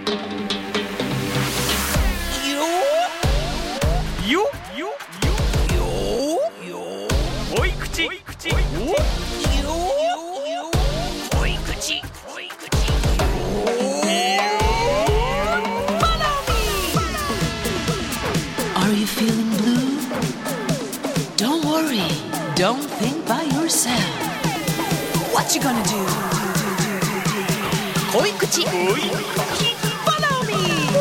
濃い口 Are you feeling blue? Don't worry, don't think by yourself. What you gonna do? 濃い口 Follow me!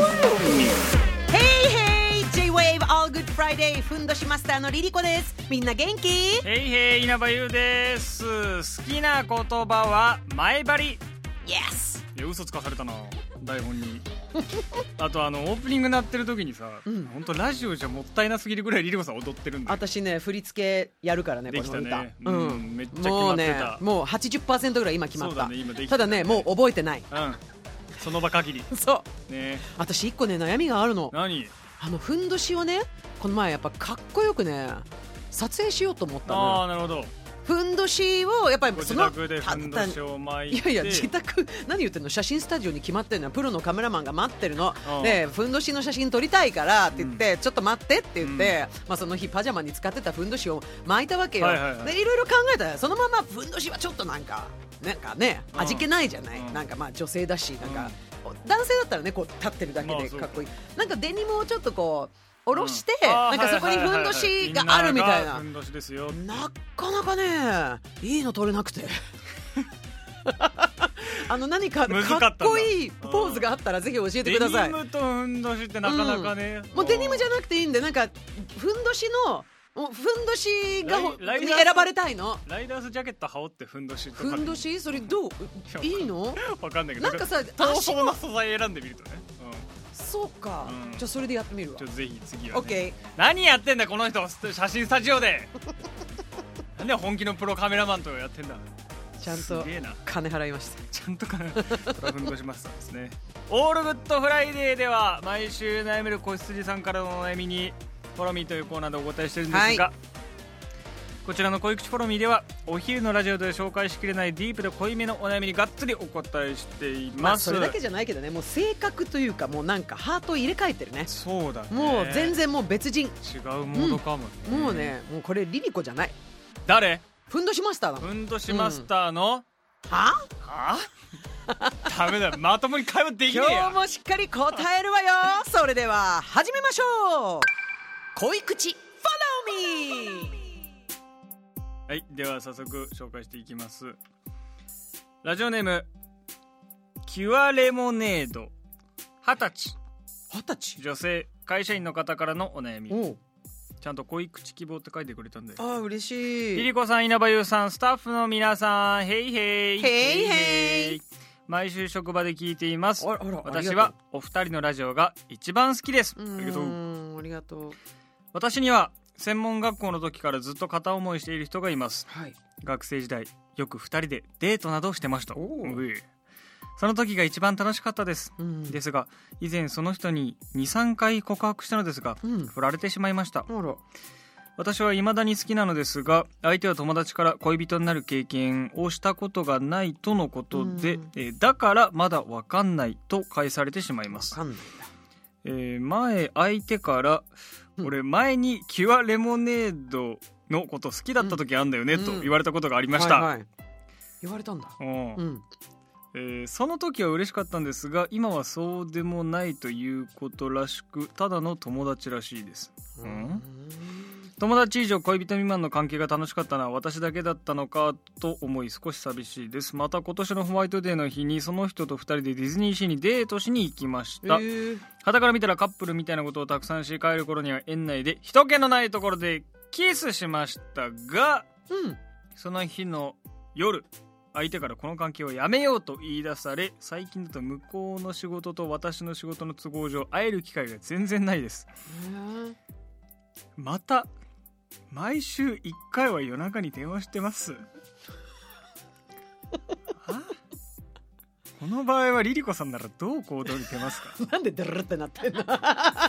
Hey hey! J-Wave All Good Friday ふんどしマスターのリリコです。みんな元気？ へいへい稲葉優です。好きな言葉は前張り。 Yes! いや嘘つかされたな台本にあとオープニング鳴ってる時にさ、本当ラジオじゃもったいなすぎるぐらいリリコさん踊ってるんだよ。 私ね振り付けやるからね、 できたね、 この歌、 めっちゃ決まってた。 もう 80% ぐらい今決まった。 そうだね、今できたね。 ただねもう覚えてない。 その場限りそうね。 私一個ね悩みがあるの。 何？ ふんどしをねこの前やっぱかっこよくね撮影しようと思ったの。 なるほど。 ふんどしをやっぱりご自宅でふんどしを巻いて。 いや自宅何言ってんの、写真スタジオに決まってるのはプロのカメラマンが待ってるので、ふんどしの写真撮りたいからって言って、ちょっと待ってって言って、その日パジャマに使ってたふんどしを巻いたわけよ。でいろいろ考えたらそのままふんどしはちょっとなんかね味気ないじゃない、なんか女性だしなんか、男性だったらねこう立ってるだけでかっこいい、なんかデニムをちょっとこう下ろして、なんかそこにふんどしがあるみたいな。 ふんどしですよ。 なかなかねいいの撮れなくて何かかっこいいポーズがあったらぜひ教えてください。 デニムとふんどしってなかなかね、 もうデニムじゃなくていいんで、なんかふんどしのふんどしがに選ばれたいの。 ライダースジャケット羽織ってふんどしとか。 ふんどしそれどういいの？ わかんないけど、 なんかさ足の素材選んでみるとね。 そうか、じゃあそれでやってみるわ。 ぜひ次はね。 OK。 何やってんだこの人、写真スタジオでなんで本気のプロカメラマンとやってんだ。 ちゃんと金払いました。 ちゃんと金トラフンドしましたですね。オールグッドフライデーでは毎週悩める子羊さんからのお悩みにフォロミーというコーナーでお答えしてるんですが、こちらの恋口フォロミーではお昼のラジオで紹介しきれないディープで濃いめのお悩みにがっつりお答えしています。 それだけじゃないけどね、もう性格というかもうなんかハートを入れ替えてるね。 そうだね、 もう全然もう別人、 違うモードかもね、 もうねもうこれリリコじゃない。 誰？ ふんどしマスターだ。 ふんどしマスターの、 はダメだ、まともに会話できねえや。 今日もしっかり答えるわよそれでは始めましょう。恋口 Follow me。 はい、では早速紹介していきます。ラジオネームキュアレモネード、20歳女性会社員の方からのお悩み。ちゃんと恋口希望って書いてくれたんで、 嬉しい。 リリコさん、稲葉優さん、スタッフの皆さん、ヘイヘイヘイヘイ。 毎週職場で聞いています。私ははお二人のラジオが一番好きです。ありがとう。 私には専門学校の時からずっと片思いしている人がいます。学生時代よく2人でデートなどしてました。その時が一番楽しかったです、ですが以前その人に 2,3 回告白したのですが、振られてしまいました。私は未だに好きなのですが、相手は友達から恋人になる経験をしたことがないとのことで、だからまだ分かんないと返されてしまいます。前相手から俺前にキュアレモネードのこと好きだった時あんだよね、と言われたことがありました。 言われたんだ。 その時は嬉しかったんですが、今はそうでもないということらしく、ただの友達らしいです。友達以上恋人未満の関係が楽しかったのは私だけだったのかと思い少し寂しいです。また今年のホワイトデーの日にその人と2人でディズニーシーにデートしに行きました。傍から見たらカップルみたいなことをたくさんし、帰る頃には園内で人気のないところでキスしましたが、その日の夜相手からこの関係をやめようと言い出され、最近だと向こうの仕事と私の仕事の都合上会える機会が全然ないです。また毎週1回は夜中に電話してますこの場合はリリコさんならどう行動に出ますか？ なんでドルルってなってんの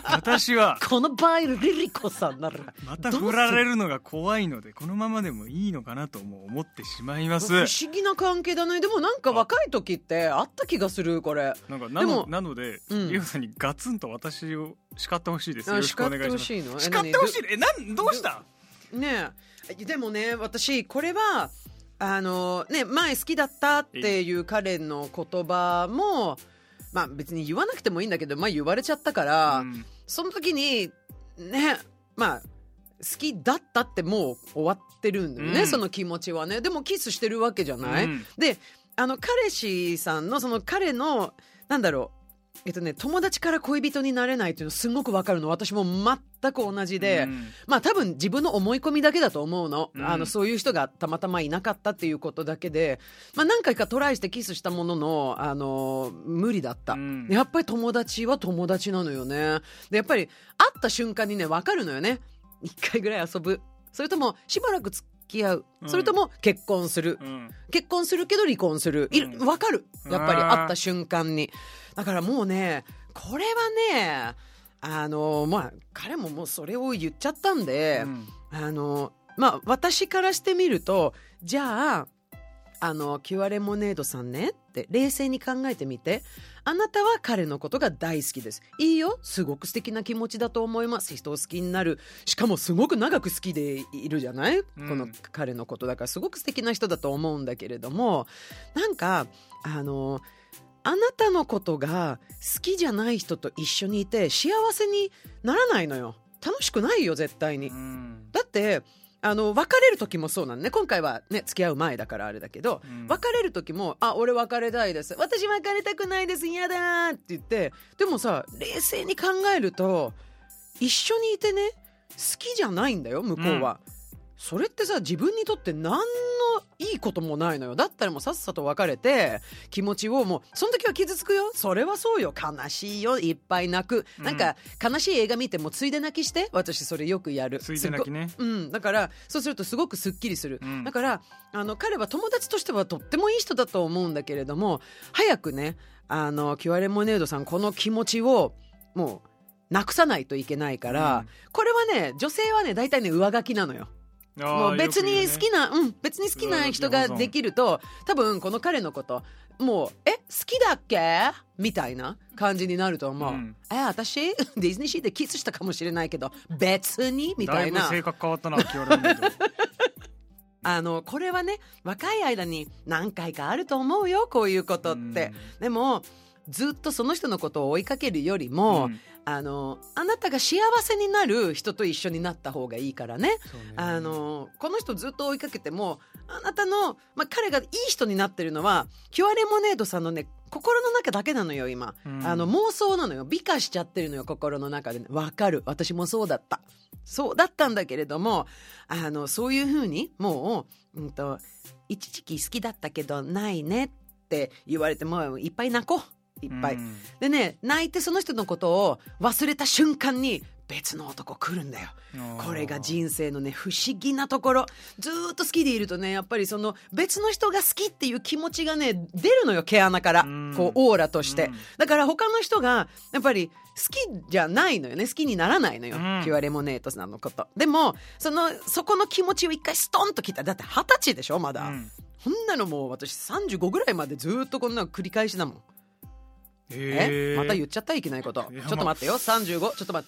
私はこの場合リリコさんならまた振られるのが怖いのでこのままでもいいのかなとも思ってしまいます。 不思議な関係だね。でもなんか若い時ってあった気がするこれ。 なんかでもなので、リオさんにガツンと私を叱ってほしいです。よろしくお願いします。 叱ってほしいの？ 叱ってほしい。どうしたねえ。でもね、私これは前好きだったっていう彼の言葉もまあ別に言わなくてもいいんだけど、まあ言われちゃったから、その時にね、まあ好きだったってもう終わってるんだよね、その気持ちはね。でもキスしてるわけじゃない、で彼氏さんのその彼のなんだろう友達から恋人になれないっていうのすごくわかるの。私も全く同じで、まあ多分自分の思い込みだけだと思うの、そういう人がたまたまいなかったっていうことだけで、まあ、何回かトライしてキスしたものの、無理だった、やっぱり友達は友達なのよね。でやっぱり会った瞬間にねわかるのよね。1回ぐらい遊ぶ、それともしばらく付き合う、それとも結婚する、結婚するけど離婚する、わかる、やっぱり会った瞬間に。だからもうねこれはねまあ彼ももうそれを言っちゃったんで、まあ私からしてみると、じゃあキュアレモネードさんねって冷静に考えてみて。あなたは彼のことが大好きです。いいよ、すごく素敵な気持ちだと思います。人を好きになる、しかもすごく長く好きでいるじゃない、この彼のことだからすごく素敵な人だと思うんだけれども、なんかあなたのことが好きじゃない人と一緒にいて幸せにならないのよ。楽しくないよ絶対に。だって別れる時もそうなんね。今回はね付き合う前だからあれだけど、別れる時も俺別れたいです、私別れたくないです、嫌だって言って、でもさ冷静に考えると一緒にいてね好きじゃないんだよ向こうは、それってさ自分にとって何のいいこともないのよ。だったらもうさっさと別れて気持ちをもうその時は傷つくよ、それはそうよ、悲しいよ、いっぱい泣く、なんか悲しい映画見てもついで泣きして、私それよくやる。 ついで泣きね。 だからそうするとすごくすっきりする、だから彼は友達としてはとってもいい人だと思うんだけれども、早くねキュアレモネードさんこの気持ちをもうなくさないといけないから、これはね女性はね大体ね上書きなのよ。もう別に好きな、別に好きな人ができると多分この彼のこともう好きだっけみたいな感じになると思う、私ディズニーシーでキスしたかもしれないけど別にみたいな。 だいぶ性格変わったなキュアレモネードこれはね若い間に何回かあると思うよこういうことって、でもずっとその人のことを追いかけるよりも、あなたが幸せになる人と一緒になった方がいいからね。この人ずっと追いかけてもあなたの、彼がいい人になってるのはキュアレモネードさんのね心の中だけなのよ今、妄想なのよ、美化しちゃってるのよ心の中で、ね、わかる、私もそうだったんだけれどもそういう風にもう、一時期好きだったけどないねって言われてもいっぱい泣こう、いっぱい、でね泣いてその人のことを忘れた瞬間に別の男来るんだよ。これが人生のね不思議なところ。ずーっと好きでいるとねやっぱりその別の人が好きっていう気持ちがね出るのよ毛穴から、こうオーラとして。だから他の人がやっぱり好きじゃないのよね、好きにならないのよ、キュアレモネートさんのこと。でもそこの気持ちを一回ストンと切った。だって20歳でしょまだ、こんなのもう私35ぐらいまでずっとこんなの繰り返しだもん。また言っちゃったいけないこと。ちょっと待ってよ、35、ちょっと待って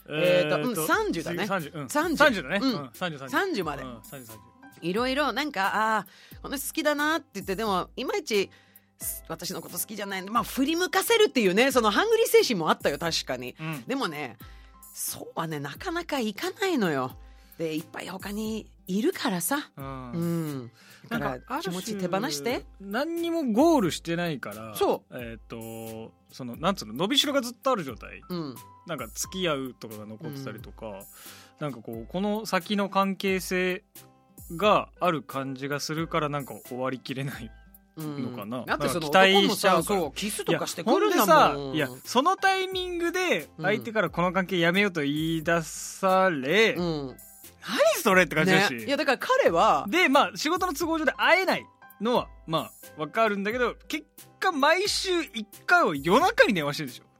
。30だね。30だね。30まで。いろいろなんかこの人好きだなって言って、でもいまいち私のこと好きじゃないんで、振り向かせるっていうね、そのハングリー精神もあったよ確かに、でもねそうはねなかなかいかないのよ。でいっぱい他にいるからさ、だから気持ち手放して。 何にもゴールしてないから、そのなんつうの伸びしろがずっとある状態、なんか付き合うとかが残ってたりとか、なんかこの先の関係性がある感じがするからなんか終わりきれないのかな。 だってその男もさそうキスとかしてくるんだもん。 いやそのタイミングで相手からこの関係やめようと言い出され、何それって感じだし、 いやだから彼はで仕事の都合上で会えないのは分かるんだけど、結果毎週1回を夜中に電話してるでしょ。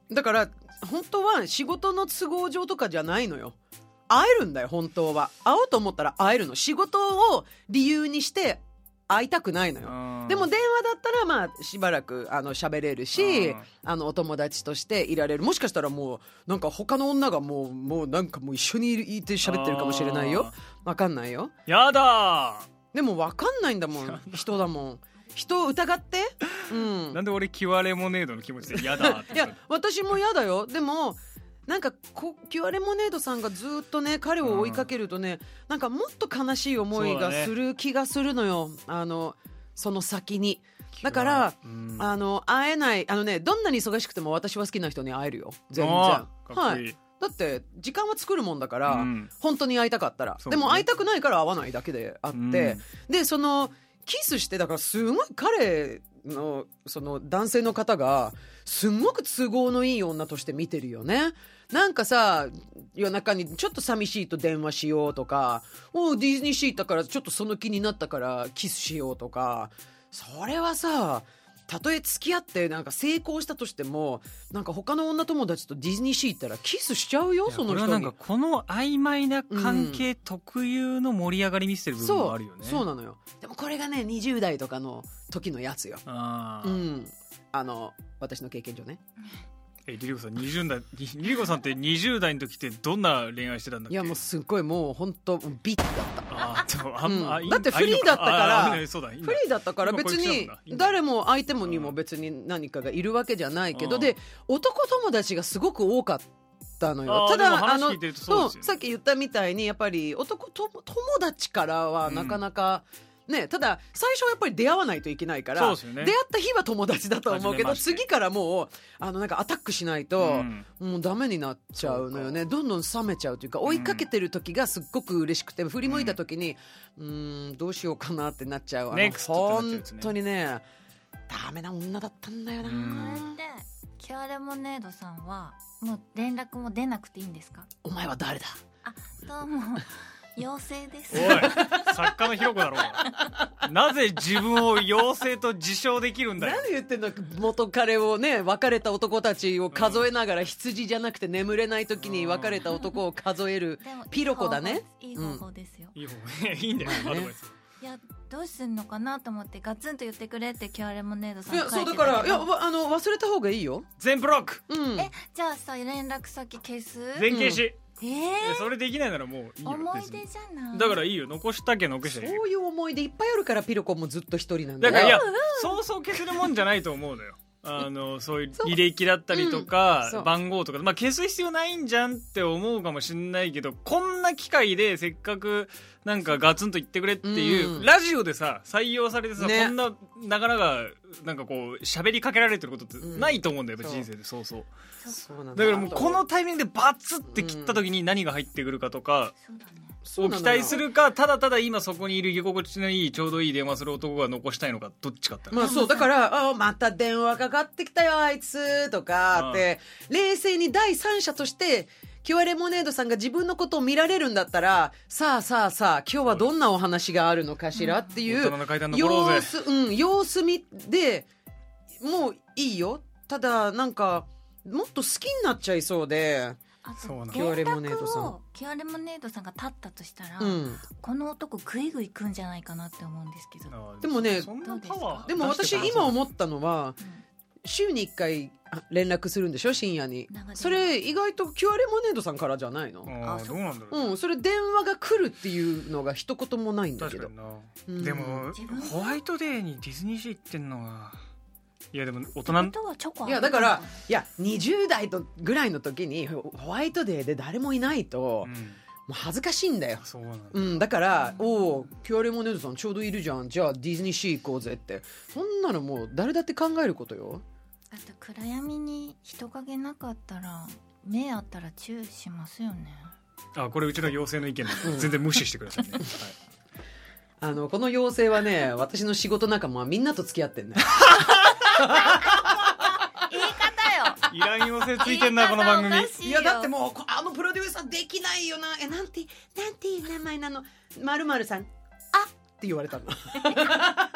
だから本当は仕事の都合上とかじゃないのよ。会えるんだよ本当は。会おうと思ったら会えるの。仕事を理由にして会いたくないのよ。でも電話だったらまあしばらく喋れるし、お友達としていられる。もしかしたらもうなんか他の女がもうなんかもう一緒にいて喋ってるかもしれないよ。わかんないよ。 やだでもわかんないんだもん。人だもん。人を疑って、 なんで俺キュアレモネードの気持ちでやだっていや私もやだよ。でもなんかキュアレモネードさんがずっとね彼を追いかけるとね、なんかもっと悲しい思いがする気がするのよ、その先に。だから、会えないどんなに忙しくても私は好きな人に会えるよ全然。はい、だって時間は作るもんだから、本当に会いたかったら、でも会いたくないから会わないだけであって、でそのキスしてだからすごい彼のその男性の方がすごく都合のいい女として見てるよね。なんかさ夜中にちょっと寂しいと電話しようとか、ディズニーシーだからちょっとその気になったからキスしようとか、それはさたとえ付き合ってなんか成功したとしてもなんか他の女友達とディズニーシー行ったらキスしちゃうよその人に。これはなんかこの曖昧な関係特有の盛り上がり見せてる部分もあるよね。 そうなのよ。でもこれがね20代とかの時のやつよ。私の経験上ね。 リリコさん20代リリコさんって20代の時ってどんな恋愛してたんだっけ？ いやもうすっごいもう本当ビッだった。だってフリーだったからフリーだったから別に誰も相手もにも別に何かがいるわけじだけど、で男友達がすごく多かったのよ。たださっき言ったみたいにやっぱり男友達からはなかなか、ただ最初はやっぱり出会わないといけないから、出会った日は友達だと思うけど次からもうなんかアタックしないと、もうダメになっちゃうのよね。どんどん冷めちゃうというか追いかけてる時がすっごく嬉しくて、振り向いた時にどうしようかなってなっちゃう。本当にねダメな女だったんだよな。 これってキュアレモネードさんはもう連絡も出なくていいんですか？ お前は誰だ？ どうも妖精です。 おい作家のひろこだろう。なぜ自分を妖精と自称できるんだよ。 何言ってんの。元彼をね別れた男たちを数えながら、羊じゃなくて眠れない時に別れた男を数えるピロコだね。 いい方法ですよ。 いいんだよ、アドバイス。 いやどうすんのかなと思ってガツンと言ってくれってキュアレモネードさん書いてたけど。そうだから忘れた方がいいよ。 全ブロック。 じゃあさ連絡先消す？ 全消し。それできないならもういいよ。 思い出じゃない。 だからいいよ、残したけ残した。 そういう思い出いっぱいあるからピロコもずっと一人なんだよ。 だからいやそうそう消せるもんじゃないと思うのよ。そういう履歴だったりとか、番号とか、消す必要ないんじゃんって思うかもしれないけど、こんな機会でせっかくなんかガツンと言ってくれっていう、ラジオでさ採用されてさ、こんななかなかなんかこう喋りかけられてることってないと思うんだよ、人生で。そうだからもうこのタイミングでバツって切った時に何が入ってくるかとかを期待するか、ただただ今そこにいる居心地のいいちょうどいい電話する男が残したいのか、どっちかって。 そうだからまた電話かかってきたよあいつとかって冷静に第三者としてキュアレモネードさんが自分のことを見られるんだったら、さあ今日はどんなお話があるのかしらっていう様子見でもういいよ。ただなんかもっと好きになっちゃいそうで。 キュアレモネードさんが立ったとしたら、この男グイグイいくんじゃないかなって思うんですけど。 でもね、でも私今思ったのは、週に1回連絡するんでしょ深夜に。それ意外とキュアレモネードさんからじゃないの？ どうなんだろう。 それ電話が来るっていうのが一言もないんだけど。 でもホワイトデーにディズニーシー行ってんのは。いやでも大人いやだから20代ぐらいの時にホワイトデーで誰もいないと、もう恥ずかしいんだよ。だからキュアレモネードさんちょうどいるじゃん、じゃあディズニーシー行こうぜって、そんなのもう誰だって考えることよ。 あと暗闇に人影なかったら目あったらチューしますよね。 これうちの妖精の意見なんで、全然無視してくださいね。 この妖精はね私の仕事仲間はみんなと付き合ってんね。 言い方よ。 いらん妖精ついてんなこの番組。 いやだってもうプロデューサーできないよな。なんていう名前なの？〇〇さんって言われたの。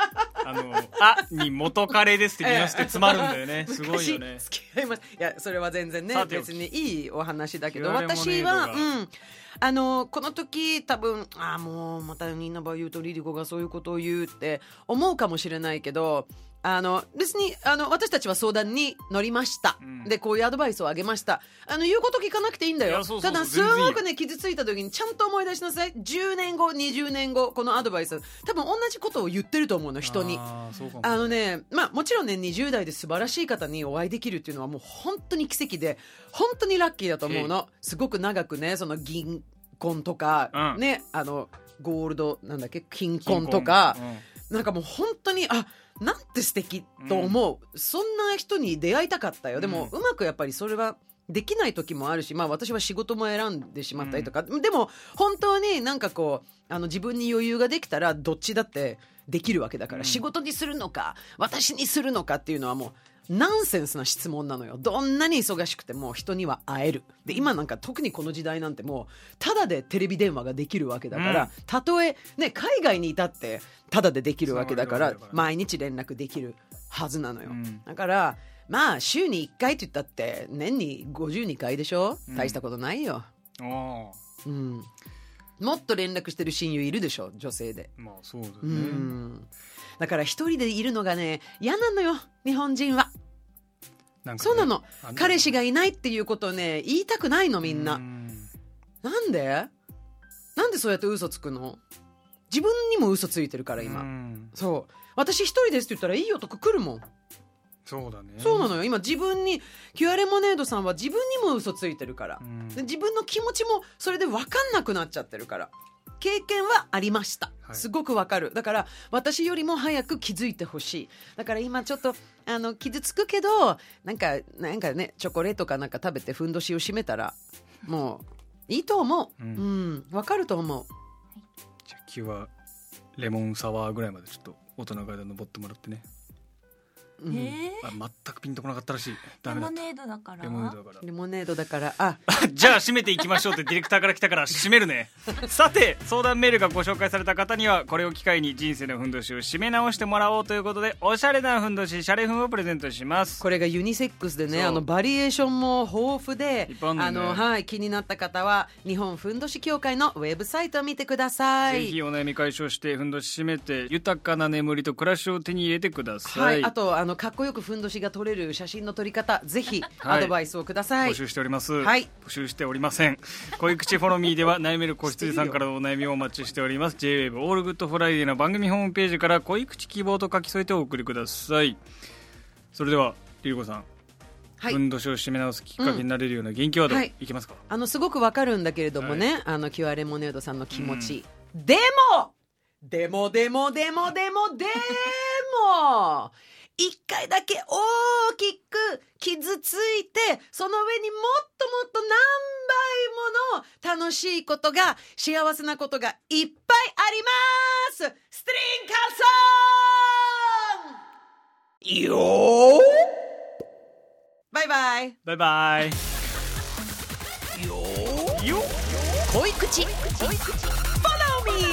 に元彼ですって見直して詰まるんだよね。すごいよね。 付き合います。いや、それは全然ね、別にいいお話だけど、 キュアレモネードが私は、この時多分、もうまたニーナバ言うとリリコがそういうことを言うって思うかもしれないけど、別に私たちは相談に乗りました、でこういうアドバイスをあげました。言うこと聞かなくていいんだよ。ただすごくね傷ついた時にちゃんと思い出しなさい。10年後20年後このアドバイス多分同じことを言ってると思うの、人に。もちろんね20代で素晴らしい方にお会いできるっていうのはもう本当に奇跡で本当にラッキーだと思うの。すごく長くね、その銀婚とか、ね、ゴールドなんだっけ、金婚とか、なんかもう本当になんて素敵と思う、そんな人に出会いたかったよ。でも、うまくやっぱりそれはできない時もあるし、私は仕事も選んでしまったりとか、でも本当になんかこう自分に余裕ができたらどっちだってできるわけだから、仕事にするのか私にするのかっていうのはもうナンセンスな質問なのよ。どんなに忙しくても人には会える。で今なんか特にこの時代なんてもうタダでテレビ電話ができるわけだから、たとえね海外にいたってタダでできるわけだから毎日連絡できるはずなのよ、だから週に1回って言ったって年に52回でしょ、大したことないよ。もっと連絡してる親友いるでしょ、女性で。 そうだね、 だから一人でいるのがね嫌なのよ、日本人は。そうなの、彼氏がいないっていうことをね言いたくないの、みんな。なんでそうやって嘘つくの？自分にも嘘ついてるから今。そう私一人ですって言ったらいいよとか来るもん。 そうだね、 そうなのよ。今自分にキュアレモネードさんは自分にも嘘ついてるから、で自分の気持ちもそれで分かんなくなっちゃってるから。経験はありました、すごくわかる。だから私よりも早く気づいてほしい。だから今ちょっと傷つくけどなんかねチョコレートかなんか食べてふんどしを締めたらもういいと思う。わかると思う。 じゃあ今日はレモンサワーぐらいまでちょっと大人の間登ってもらってね。全くピンとこなかったらしい。 レモネードだから。 レモネードだからじゃあ締めていきましょうってディレクターから来たから締めるね。さて相談メールがご紹介された方にはこれを機会に人生のふんどしを締め直してもらおうということで、おしゃれなふんどしシャレふんをプレゼントします。 これがユニセックスでねバリエーションも豊富で、気になった方は日本ふんどし協会のウェブサイトを見てください。 ぜひお悩み解消してふんどし締めて豊かな眠りと暮らしを手に入れてください。 あとかっこよくふんどしが撮れる写真の撮り方、ぜひアドバイスをください。 募集しております。募集しておりません。恋口フォロミーでは悩める子羊さんからのお悩みをお待ちしております。 J-WAVE オールグッドフライデーの番組ホームページから恋口希望と書き添えてお送りください。それではリリコさん、ふんどしを締め直すきっかけになれるような元気ワードいきますか？ すごくわかるんだけれどもね、キュアレモネードさんの気持ち、でも一回だけ大きく傷ついて、その上にもっともっと何倍もの楽しいことが、幸せなことがいっぱいあります。ストリンカーソンよー、バイバイバイバイよー、恋口フォローミー